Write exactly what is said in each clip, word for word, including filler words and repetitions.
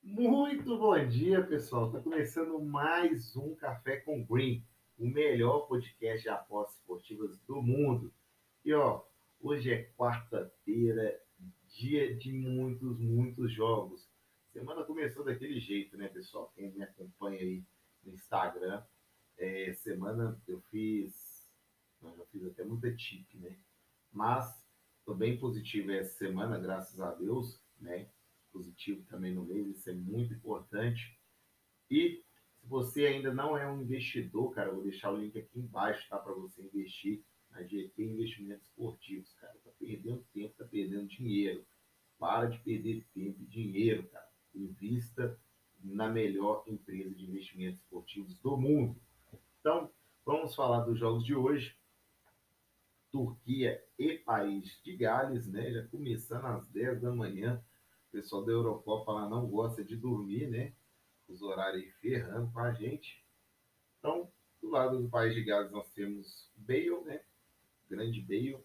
Muito bom dia, pessoal. Está começando mais um Café com Green, o melhor podcast de apostas esportivas do mundo. E ó, hoje é quarta-feira, dia de muitos, muitos jogos. Semana começou daquele jeito, né, pessoal? Quem me acompanha aí no Instagram, é, semana eu fiz, eu já fiz até muita tip, né? Mas estou bem positivo essa semana, graças a Deus, né? Positivo também no mês, isso é muito importante. E se você ainda não é um investidor, cara, eu vou deixar o link aqui embaixo, tá? Para você investir na G T Investimentos Esportivos, cara. Tá perdendo tempo, tá perdendo dinheiro. Para de perder tempo e dinheiro, cara. Invista na melhor empresa de investimentos esportivos do mundo. Então, vamos falar dos jogos de hoje. Turquia e País de Gales, né? Já começando às dez da manhã. O pessoal da Eurocopa lá não gosta de dormir, né? Os horários aí ferrando com a gente. Então, do lado do País de Gales nós temos Bale, né? Grande Bale.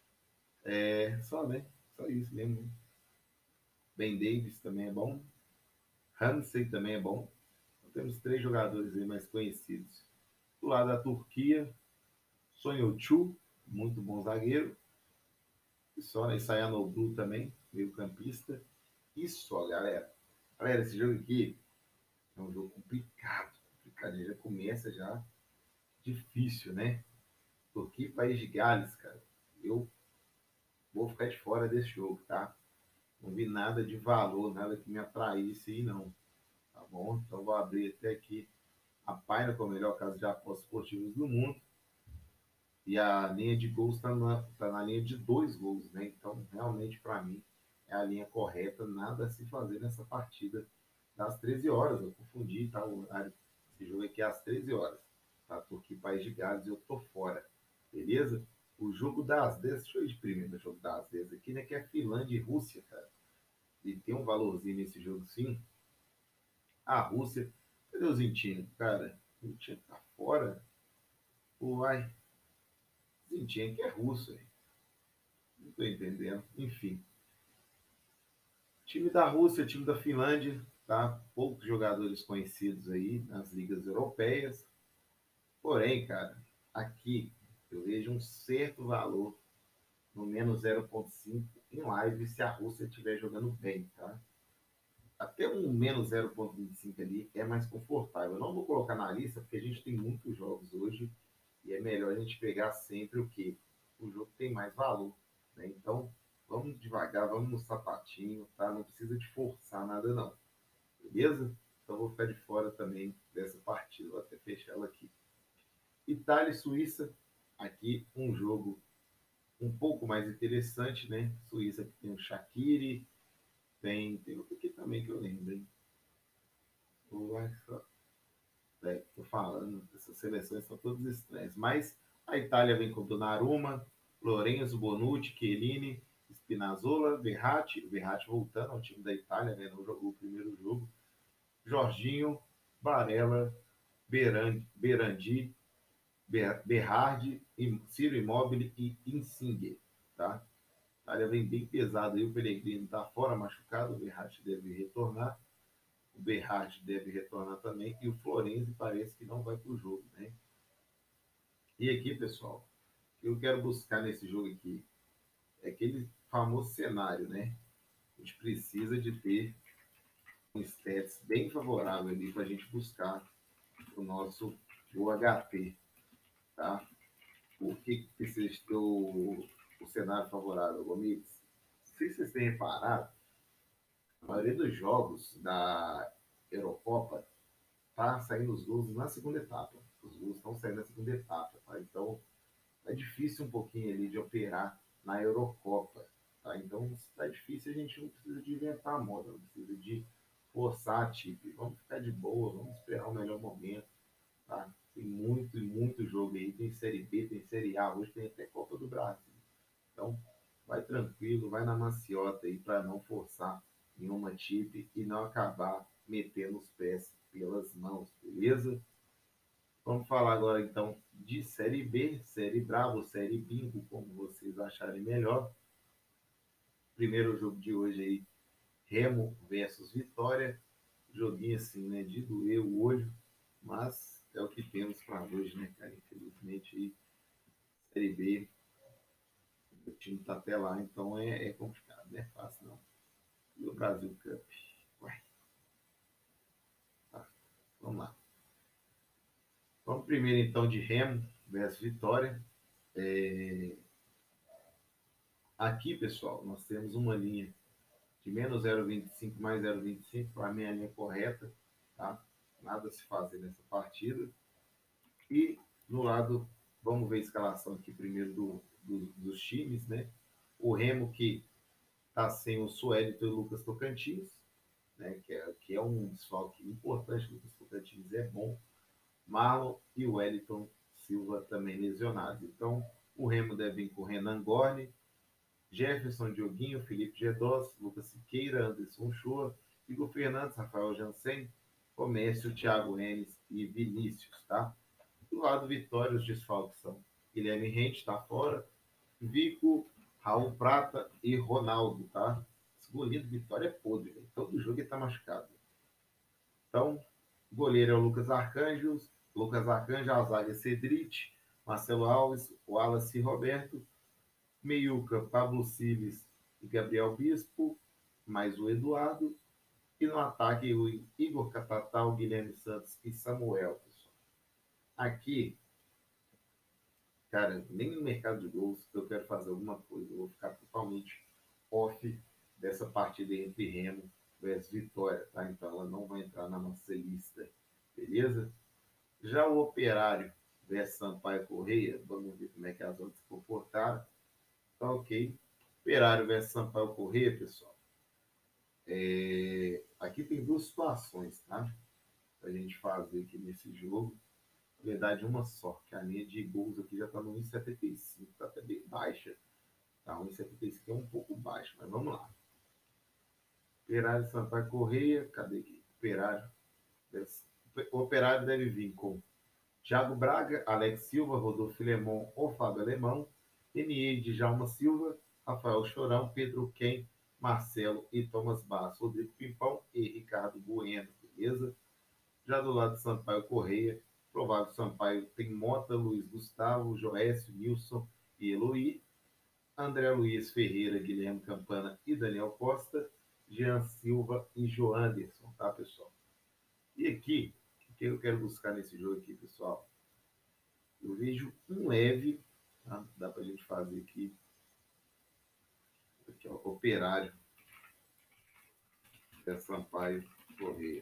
É só, né? Só isso mesmo. Né? Ben Davis também é bom. Hansen também é bom. Então, temos três jogadores aí mais conhecidos. Do lado da Turquia, Sonhochu, muito bom zagueiro. E só, né? Sayanoglu também, meio campista. E só, galera. Galera, esse jogo aqui é um jogo complicado. Complicado, ele já começa já difícil, né? Turquia e País de Gales, cara. Eu vou ficar de fora desse jogo, tá? Não vi nada de valor, nada que me atraísse aí, não. Tá bom? Então vou abrir até aqui a página com a melhor casa de apostas esportivas do mundo. E a linha de gols está na, tá na linha de dois gols, né? Então, realmente, para mim, é a linha correta. Nada a se fazer nessa partida das treze horas. Eu confundi, tá? O horário desse jogo aqui é às treze horas. Tá? Turquia e País de Gales, eu tô fora. Beleza? O jogo das dez, deixa eu exprimir o jogo das dez aqui, né? Que é Finlândia e Rússia, cara. E tem um valorzinho nesse jogo, sim. A Rússia, cadê o Zintinho? Cara, o Zintinho tá fora. Uai, Zintinho que é russo, hein? Não tô entendendo. Enfim. Time da Rússia, time da Finlândia, tá? Poucos jogadores conhecidos aí nas ligas europeias. Porém, cara, aqui eu vejo um certo valor no menos zero ponto cinco em live se a Rússia estiver jogando bem, tá? Até um menos zero ponto vinte e cinco ali é mais confortável. Eu não vou colocar na lista porque a gente tem muitos jogos hoje e é melhor a gente pegar sempre o que? O jogo tem mais valor, né? Então, vamos devagar, vamos no sapatinho, tá? Não precisa de forçar nada não, beleza? Então, vou ficar de fora também dessa partida, vou até fechar ela aqui. Itália e Suíça, aqui um jogo um pouco mais interessante, né? Suíça que tem o Shaqiri, tem, tem outro aqui também que eu lembro, hein? O, é, tô falando, essas seleções são todas estranhas. Mas a Itália vem com Donnarumma, Lorenzo, Bonucci, Chiellini, Spinazzola, Verratti, Verratti voltando ao time da Itália, né, no jogo, o primeiro jogo, Jorginho, Barella, Berandi, Berandi Berardi, Ciro Immobile e Insigne, tá? A Itália vem bem pesada aí, o Pellegrini está fora, machucado, o Verratti deve retornar, o Berardi deve retornar também, e o Florenzi parece que não vai para o jogo, né? E aqui, pessoal, o que eu quero buscar nesse jogo aqui é aquele famoso cenário, né? A gente precisa de ter um stats bem favorável ali para a gente buscar o nosso o H P, tá? Por que, que precisa ter o, o cenário favorável, Gomes? Não sei se vocês têm reparado, a maioria dos jogos da Eurocopa tá saindo os gols na segunda etapa. Os gols estão saindo na segunda etapa, tá? Então, é difícil um pouquinho ali de operar na Eurocopa, tá? Então, se tá difícil, a gente não precisa de inventar a moda, não precisa de forçar a tip. Vamos ficar de boa, vamos esperar o melhor momento, tá? Tem muito e muito jogo aí, tem Série B, tem Série A, hoje tem até Copa do Brasil. Então, vai tranquilo, vai na maciota aí para não forçar nenhuma tip e não acabar metendo os pés pelas mãos, beleza? Vamos falar agora então de Série B, Série Bravo, Série Bingo, como vocês acharem melhor. Primeiro jogo de hoje aí, Remo versus Vitória. joguinho assim, né? De doer o olho, mas é o que temos para hoje, né, cara? Infelizmente, aí, Série B, o time tá até lá, então é, é complicado, não é fácil não. E o Brasil Cup? Ué, tá, vamos lá. Vamos primeiro então de Remo versus Vitória. É... Aqui, pessoal, nós temos uma linha de menos zero vírgula vinte e cinco mais zero vírgula vinte e cinco, para mim é a linha correta, tá? Nada a se fazer nessa partida. E no lado, vamos ver a escalação aqui primeiro do, do, dos times, né? O Remo que está sem o Suelito e o Lucas Tocantins, né? Que é, que é um desfalque importante. O Lucas Tocantins é bom. Marlon e o Wellington Silva também lesionados. Então, o Remo deve vir com Renan Gorni, Jefferson Dioguinho, Felipe Gedós, Lucas Siqueira, Anderson Shoa, Igor Fernandes, Rafael Jansen, Comércio, Thiago Enes e Vinícius, tá? Do lado Vitória, os desfalques são Guilherme Rente, está fora, Vico, Raul Prata e Ronaldo, tá? Esse goleiro do Vitória é podre, véio. Todo jogo ele tá machucado. Então, o goleiro é o Lucas Arcanjo, Lucas Arcanjo, a zaga é Cedrite, Marcelo Alves, Wallace Roberto, meiuca Pablo Siles e Gabriel Bispo, mais o Eduardo, e no ataque o Igor Catatal, Guilherme Santos e Samuel, pessoal. Aqui, cara, nem no mercado de gols eu quero fazer alguma coisa, eu vou ficar totalmente off dessa partida entre Remo versus Vitória, tá? Então ela não vai entrar na nossa lista, beleza? Já o Operário versus Sampaio Correia, vamos ver como é que as outras se comportaram. Tá ok. Operário versus Sampaio Correia, pessoal. É... Aqui tem duas situações, tá? Pra gente fazer aqui nesse jogo. Na verdade, uma só, que a linha de gols aqui já tá no um vírgula setenta e cinco, tá até bem baixa. Tá, um vírgula setenta e cinco é um pouco baixo, mas vamos lá. Operário Sampaio Correia, cadê aqui? Operário. O Operário deve vir com Thiago Braga, Alex Silva, Rodolfo Lemon ou Fábio Alemão, N E de Djalma Silva, Rafael Chorão, Pedro Quem, Marcelo e Thomas Basso, Rodrigo Pimpão e Ricardo Bueno, beleza? Já do lado de Sampaio Correia, provável Sampaio tem Mota, Luiz Gustavo, Joécio, Nilson e Eloy, André Luiz Ferreira, Guilherme Campana e Daniel Costa, Jean Silva e Joanderson, tá, pessoal? E aqui, o que eu quero buscar nesse jogo aqui, pessoal? Eu vejo um leve, tá? Dá pra gente fazer aqui, aqui ó, Operário, é Sampaio Correia.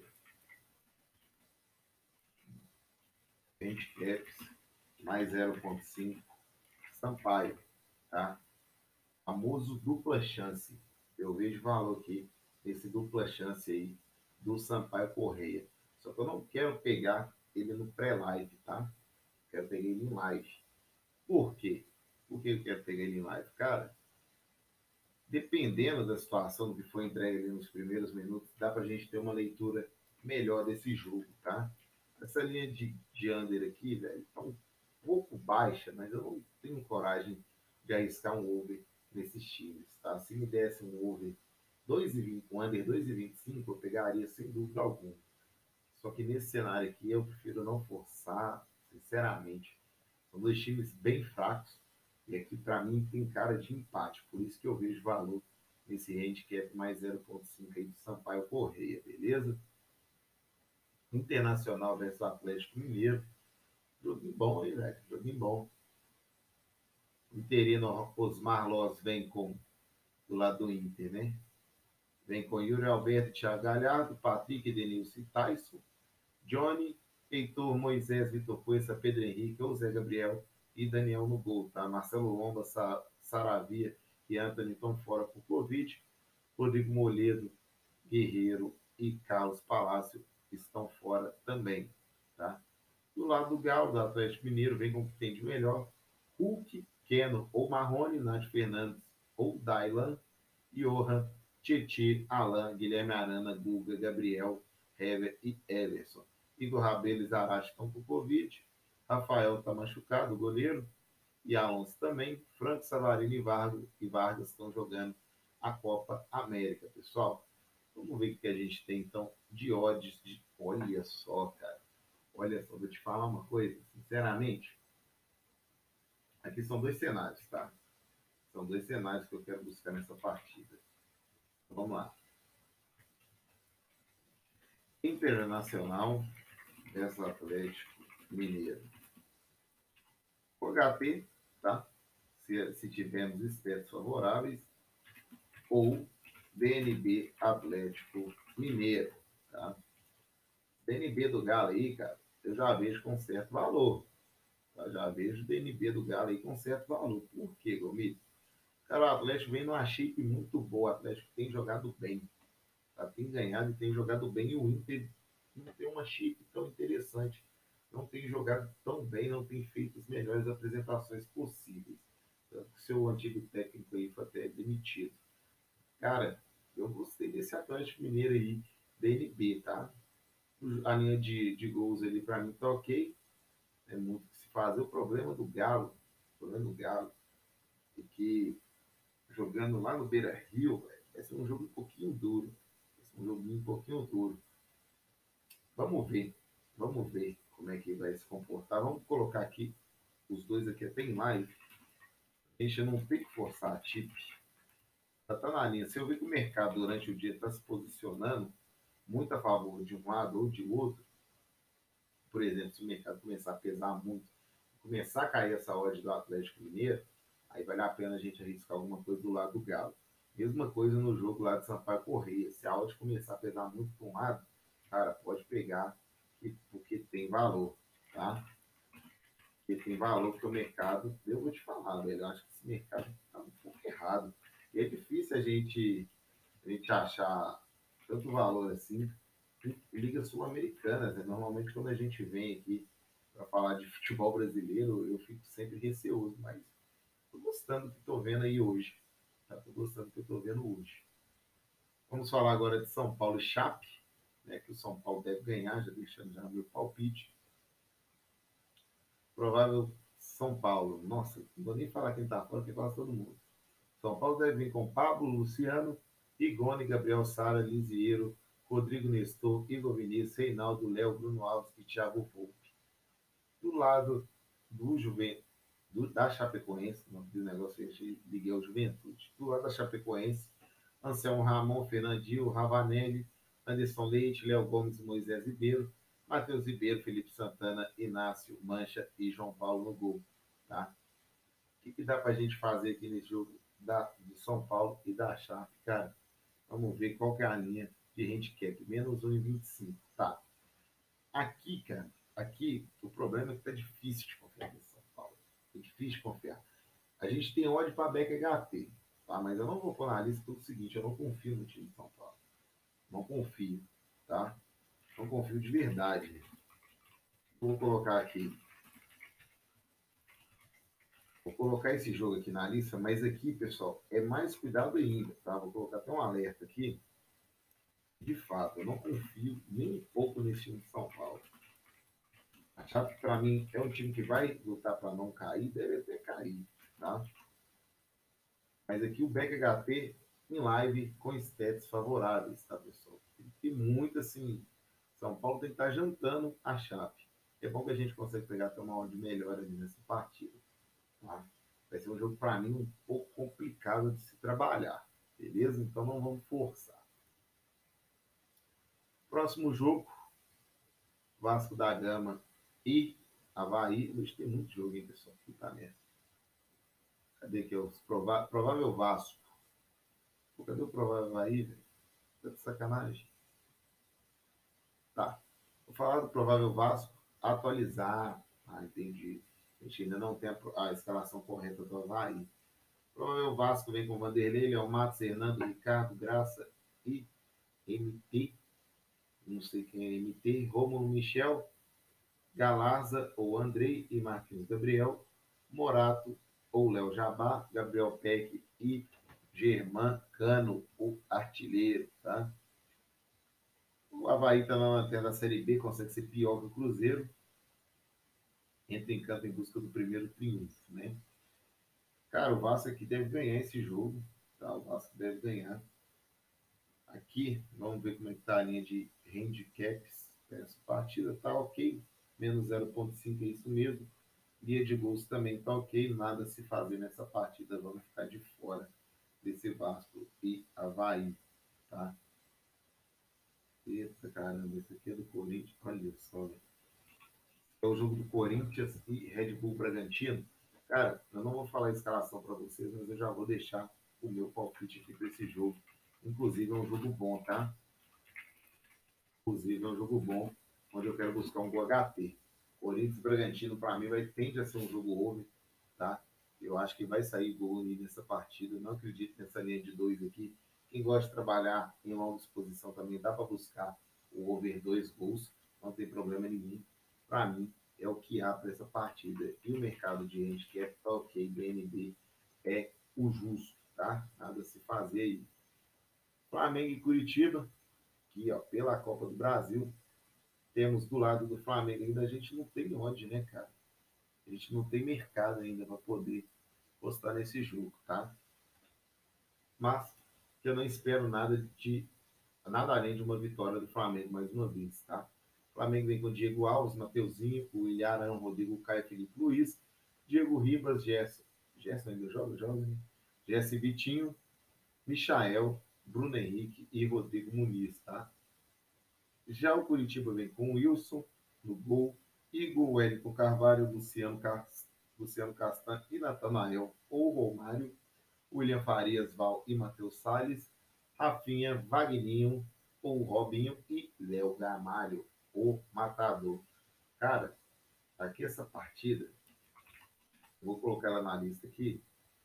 Handicaps, mais zero vírgula cinco, Sampaio, tá? Famoso dupla chance. Eu vejo valor aqui, esse dupla chance aí, do Sampaio Correia. Só que eu não quero pegar ele no pré-live, tá? Quero pegar ele em live. Por quê? Por que eu quero pegar ele em live? Cara, dependendo da situação do que foi entregue ali nos primeiros minutos, dá pra gente ter uma leitura melhor desse jogo, tá? Essa linha de, de under aqui, velho, tá um pouco baixa, mas eu não tenho coragem de arriscar um over nesses times, tá? Se me desse um over dois e vinte, um under dois e vinte e cinco, eu pegaria sem dúvida alguma. Só que nesse cenário aqui eu prefiro não forçar, sinceramente. São dois times bem fracos e aqui para mim tem cara de empate, por isso que eu vejo valor nesse handicap mais zero vírgula cinco aí do Sampaio Correia, beleza? Internacional versus Atlético Mineiro. Joguinho bom aí, velho. Joguinho bom. Interino Osmar Loz vem com do lado do Inter, né? Vem com Yuri Alberto, Thiago Galhardo, Patrick, Denilson e Tyson, Johnny, Heitor, Moisés, Vitor Coessa, Pedro Henrique, ou Zé Gabriel e Daniel no gol, tá? Marcelo Lomba, Sa Saravia e Anthony estão fora por Covid. Rodrigo Moledo, Guerreiro e Carlos Palácio estão fora também, tá? Do lado do Galo, do Atlético Mineiro, vem com o que tem de melhor. Hulk, Keno ou Marrone, Nath Fernandes ou Dailan, Johan, Tietê, Alan, Guilherme Arana, Guga, Gabriel, Hever e Everson. Igor Rabelo e Zarate estão com Covid. Rafael está machucado, o goleiro. E Alonso também. Franco, Savarino e Vargas, e Vargas estão jogando a Copa América, pessoal. Vamos ver o que a gente tem, então, de odds. De... Olha só, cara. Olha só, vou te falar uma coisa, sinceramente. Aqui são dois cenários, tá? São dois cenários que eu quero buscar nessa partida. Então, vamos lá. Internacional versus Atlético Mineiro. O H P, tá? Se, se tivermos stats favoráveis, ou D N B Atlético Mineiro, tá? D N B do Galo aí, cara, eu já vejo com certo valor. Eu já vejo o D N B do Galo aí com certo valor. Por quê, Gomito? Cara, o Atlético vem numa shape muito boa. O Atlético tem jogado bem. Tá? Tem ganhado e tem jogado bem. E o Inter não tem uma shape tão interessante. Não tem jogado tão bem, não tem feito as melhores apresentações possíveis. Tanto que seu antigo técnico aí foi até demitido. Cara, eu gostei desse Atlético Mineiro aí, D N B, tá? A linha de, de gols ali para mim tá ok. É muito que se fazer. O problema do Galo, o problema do Galo é que jogando lá no Beira Rio, vai ser um jogo um pouquinho duro. Vai ser um joguinho um pouquinho duro. Vamos ver. Vamos ver como é que vai se comportar. Vamos colocar aqui os dois aqui até em live. A gente não tem que forçar a tip. Tá, tá na linha. Se eu ver que o mercado durante o dia está se posicionando muito a favor de um lado ou de outro, por exemplo, se o mercado começar a pesar muito, começar a cair essa odd do Atlético Mineiro, aí vale a pena a gente arriscar alguma coisa do lado do Galo. Mesma coisa no jogo lá de Sampaio Correia. Se a odd começar a pesar muito para um lado, cara, pode pegar, porque tem valor, tá? Porque tem valor, porque o mercado, eu vou te falar, velho, eu acho que esse mercado está um pouco errado. E é difícil a gente, a gente achar tanto valor assim em ligas sul-americanas. Né? Normalmente, quando a gente vem aqui para falar de futebol brasileiro, eu fico sempre receoso, mas tô gostando do que tô vendo aí hoje. Tá? Tô gostando do que eu tô vendo hoje. Vamos falar agora de São Paulo e Chape, né? Que o São Paulo deve ganhar, já deixando já meu palpite. Provável São Paulo. Nossa, não vou nem falar quem tá fora, porque quase todo mundo. São Paulo deve vir com Pablo, Luciano, Igone, Gabriel Sara, Lisieiro, Rodrigo Nestor, Igor Vinícius, Reinaldo, Léo, Bruno Alves e Thiago Volpe. Do lado do Juventude, do, da Chapecoense, não fiz negócio, eu liguei ao Juventude. Do lado da Chapecoense, Anselmo Ramon, Fernandinho, Ravanelli, Anderson Leite, Léo Gomes, Moisés Ribeiro, Matheus Ribeiro, Felipe Santana, Inácio Mancha e João Paulo no gol. Tá? O que, que dá pra gente fazer aqui nesse jogo da, do São Paulo e da Chape, cara? Vamos ver qual que é a linha de handicap. Menos um e vinte e cinco. Tá. Aqui, cara, aqui o problema é que tá difícil de confiar nesse São Paulo. É difícil de confiar. A gente tem ódio para Beca H T, tá? Mas eu não vou pôr na lista pelo seguinte, eu não confio no time de São Paulo. Não confio, tá? Não confio de verdade. Vou colocar aqui. Vou colocar esse jogo aqui na lista, mas aqui, pessoal, é mais cuidado ainda, tá? Vou colocar até um alerta aqui. De fato, eu não confio nem um pouco nesse time de São Paulo. A Chape, para mim, é um time que vai lutar para não cair, deve até cair, tá? Mas aqui o Beck H P em live com stats favoráveis, tá, pessoal? Tem muito assim. São Paulo tem que estar jantando a Chape. É bom que a gente consegue pegar até uma hora melhor ali nessa partida. Tá? Vai ser um jogo, para mim, um pouco complicado de se trabalhar. Beleza? Então não vamos forçar. Próximo jogo, Vasco da Gama e Avaí. Hoje tem muito jogo, hein, pessoal? Puta merda. Cadê que eu? Prova... Provável Vasco. Pô, cadê o provável Avaí, velho? Tá de sacanagem. Tá. Vou falar do provável Vasco. Atualizar. Ah, entendi. A gente ainda não tem a, a escalação correta do Avaí. O provável Vasco vem com Vanderlei, Léo Matos, Hernando, Ricardo, Graça e M T. Não sei quem é M T. Rômulo Michel, Galarza ou Andrei e Marquinhos Gabriel. Morato ou Léo Jabá, Gabriel Peck e Germán Cano, o artilheiro, tá? O Avaí está na lanterna da Série B, consegue ser pior que o Cruzeiro. Entra em campo em busca do primeiro triunfo, né? Cara, o Vasco aqui deve ganhar esse jogo, tá? O Vasco deve ganhar. Aqui, vamos ver como é que tá a linha de handicaps. Essa partida tá ok, menos zero ponto cinco é isso mesmo. Linha de gols também tá ok, nada a se fazer nessa partida, vamos ficar de fora desse Vasco e Avaí, tá? Eita caramba, esse aqui é do Corinthians, olha só, velho. É o jogo do Corinthians e Red Bull Bragantino. Cara, eu não vou falar a escalação para vocês, mas eu já vou deixar o meu palpite aqui para esse jogo. Inclusive é um jogo bom, tá? Inclusive é um jogo bom, onde eu quero buscar um gol H T. Corinthians e Bragantino, para mim, vai tende a ser um jogo over, tá? Eu acho que vai sair gol ali nessa partida. Eu não acredito nessa linha de dois aqui. Quem gosta de trabalhar em longa exposição também dá para buscar o over dois gols, não tem problema nenhum. Para mim, é o que há para essa partida. E o mercado de handicap tá ok, B N B é o justo, tá? Nada a se fazer aí. Flamengo e Curitiba, aqui, ó, pela Copa do Brasil. Temos do lado do Flamengo ainda, a gente não tem onde, né, cara? A gente não tem mercado ainda para poder postar nesse jogo, tá? Mas eu não espero nada de nada além de uma vitória do Flamengo mais uma vez, tá? O Flamengo vem com Diego Alves, Mateuzinho, o Ilharão, Rodrigo Caio, Felipe Luiz, Diego Ribas, Gerson, Gerson ainda joga, joga, né? Gerson Vitinho, Michael, Bruno Henrique e Rodrigo Muniz, tá? Já o Curitiba vem com o Wilson no gol, Igor Wellington Carvalho, Luciano, Car... Luciano Castan e Natanael ou Romário, William Farias, Val e Matheus Salles, Rafinha, Vagninho ou Robinho e Léo Gamalho, o matador. Cara, aqui essa partida, vou colocar ela na lista aqui,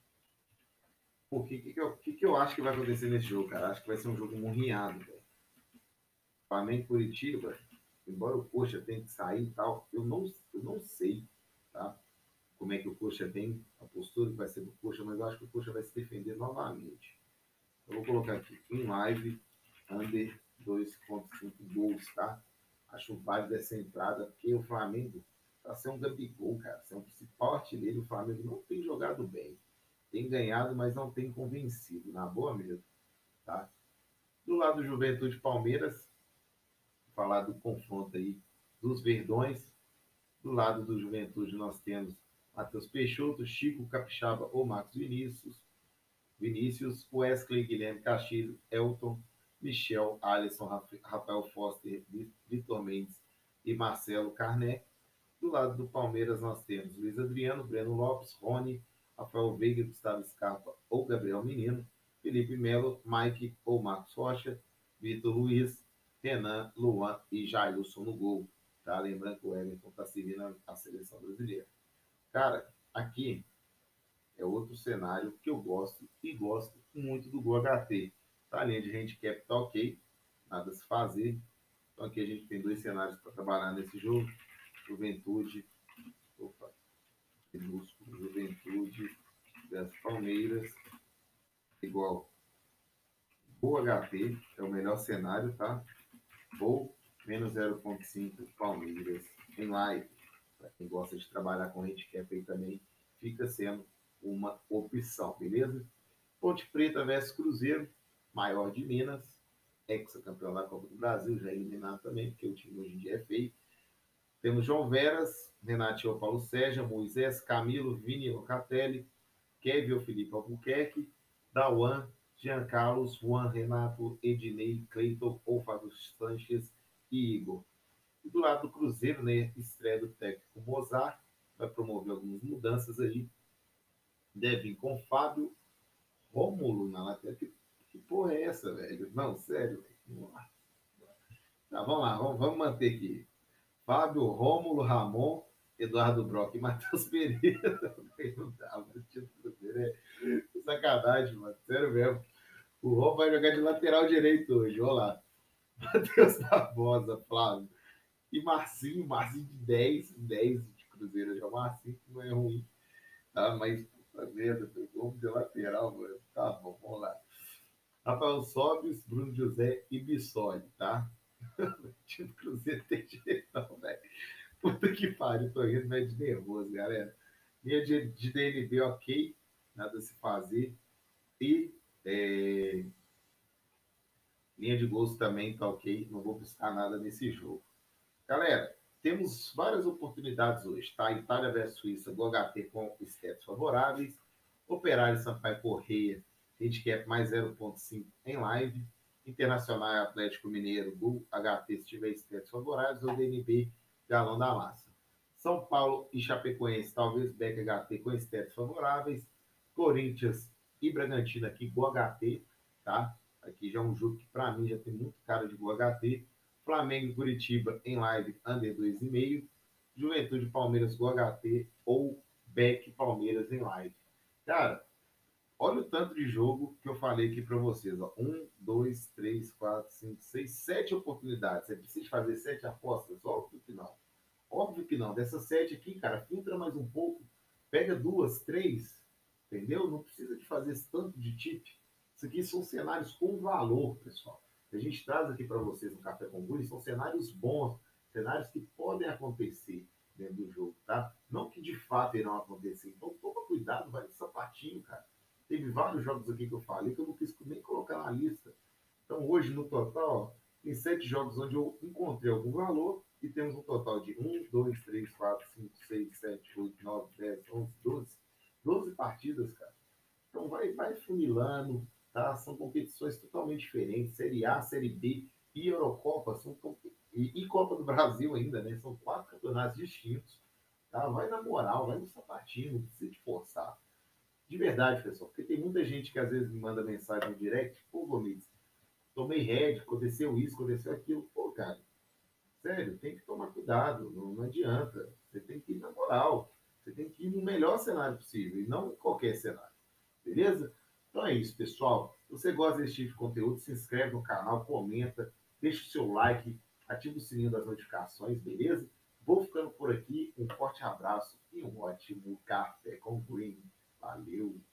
porque o que, que, eu, que, que eu acho que vai acontecer nesse jogo, cara? Acho que vai ser um jogo morrinhado, velho. Flamengo e Curitiba, embora o Coxa tenha que sair e tal, eu não, eu não sei, tá? Como é que o Coxa tem, a postura que vai ser do Coxa, mas eu acho que o Coxa vai se defender novamente. Eu vou colocar aqui, em live, under dois ponto cinco gols, tá? Acho válido essa entrada, porque o Flamengo tá sendo um gambigol, cara. Se é um principal artilheiro, o Flamengo não tem jogado bem. Tem ganhado, mas não tem convencido, na boa mesmo, tá? Do lado do Juventude Palmeiras, falar do confronto aí dos Verdões. Do lado do Juventude nós temos Matheus Peixoto, Chico Capixaba ou Marcos Vinícius, Vinícius, Wesley, Guilherme Castilho, Elton, Michel, Alisson, Rafael Foster, Vitor Mendes e Marcelo Carné. Do lado do Palmeiras nós temos Luiz Adriano, Breno Lopes, Rony, Rafael Veiga, Gustavo Scarpa ou Gabriel Menino, Felipe Melo, Mike ou Marcos Rocha, Vitor Luiz, Renan, Luan e Jailson no gol. Tá? Lembrando que o Everton está servindo a seleção brasileira. Cara, aqui é outro cenário que eu gosto e gosto muito do gol H T. Tá? A linha de handicap tá ok, nada a se fazer. Então aqui a gente tem dois cenários para trabalhar nesse jogo. Juventude, opa, minúsculo, Juventude das Palmeiras, igual o H T, é o melhor cenário, tá? Ou menos zero ponto cinco Palmeiras em live. Para quem gosta de trabalhar com handicap aí também, fica sendo uma opção, beleza? Ponte Preta versus Cruzeiro, maior de Minas, ex-campeão da Copa do Brasil, já eliminado também, porque o time hoje em dia é feio. Temos João Veras, Renato Paulo Sérgio, Moisés, Camilo, Vini Locatelli, Kevin Felipe Albuquerque, Dauan, Jean Carlos, Juan Renato, Ednei, Cleiton, Fábio Sanches e Igor. E do lado do Cruzeiro, né, estreia do técnico Mozart, vai promover algumas mudanças aí. Deve vir com Fábio Rômulo na lateral. Que, que porra é essa, velho? Não, sério. Vamos lá. Tá, vamos lá, vamos, vamos manter aqui. Fábio, Rômulo, Ramon, Eduardo Brock e Matheus Pereira. Não dá, o time do Cruzeiro é sacanagem, mano. Sério mesmo. O Rômulo vai jogar de lateral direito hoje. Olha lá. Matheus Barbosa, Flávio. E Marcinho, Marcinho de dez, dez de Cruzeiro. Já o Marcinho que não é ruim. Tá? Mas, puta merda, pegou de lateral, mano. Tá bom, vamos lá. Rafael Sobis, Bruno José e Bissoli, tá? O time do Cruzeiro tem jeito, não, velho. Puta que pariu, tô rindo meio de nervoso, galera. Linha de, de D N B ok, nada a se fazer. E é, Linha de gols também tá ok. Não vou buscar nada nesse jogo. Galera, temos várias oportunidades hoje, tá? Itália versus Suíça, do H T com stats favoráveis. Operário e Sampaio Correia, handicap mais zero ponto cinco em live. Internacional e Atlético Mineiro, do H T, se tiver stats favoráveis. Ou D N B, Galão da Massa. São Paulo e Chapecoense, talvez Beck H T com stats favoráveis. Corinthians e Bragantino aqui, do H T, tá? Aqui já é um jogo que para mim já tem muito cara de do H T. Flamengo e Curitiba em live, under dois e meio. Juventude Palmeiras do H T ou Beck Palmeiras em live. Cara, olha o tanto de jogo que eu falei aqui para vocês. Ó. Um, dois, três, quatro, cinco, seis, sete oportunidades. Você precisa fazer sete apostas? Óbvio que não. Óbvio que não. Dessas sete aqui, cara, filtra mais um pouco. Pega duas, três. Entendeu? Não precisa de fazer esse tanto de tip. Isso aqui são cenários com valor, pessoal. Que a gente traz aqui para vocês no Café com Guri são cenários bons, cenários que podem acontecer dentro do jogo, tá? Não que de fato irão acontecer. Então toma cuidado, vai de sapatinho, cara. Teve vários jogos aqui que eu falei que eu não quis nem colocar na lista. Então hoje, no total, ó, tem sete jogos onde eu encontrei algum valor e temos um total de um, dois, três, quatro, cinco, seis, sete, oito, nove, dez, onze, doze. doze partidas, cara. Então vai, vai funilando, tá? São competições totalmente diferentes. Série A, Série B e Eurocopa são e, e Copa do Brasil ainda, né? São quatro campeonatos distintos. Tá? Vai na moral, vai no sapatinho, não precisa te forçar. De verdade, pessoal, porque tem muita gente que às vezes me manda mensagem no direct, pô, Gomes, tomei head, aconteceu isso, aconteceu aquilo. Pô, cara, sério, tem que tomar cuidado, não, não adianta. Você tem que ir na moral. Você tem que ir no melhor cenário possível e não em qualquer cenário. Beleza? Então é isso, pessoal. Se você gosta desse tipo de conteúdo, se inscreve no canal, comenta, deixa o seu like, ativa o sininho das notificações, beleza? Vou ficando por aqui. Um forte abraço e um ótimo café com Green. Valeu!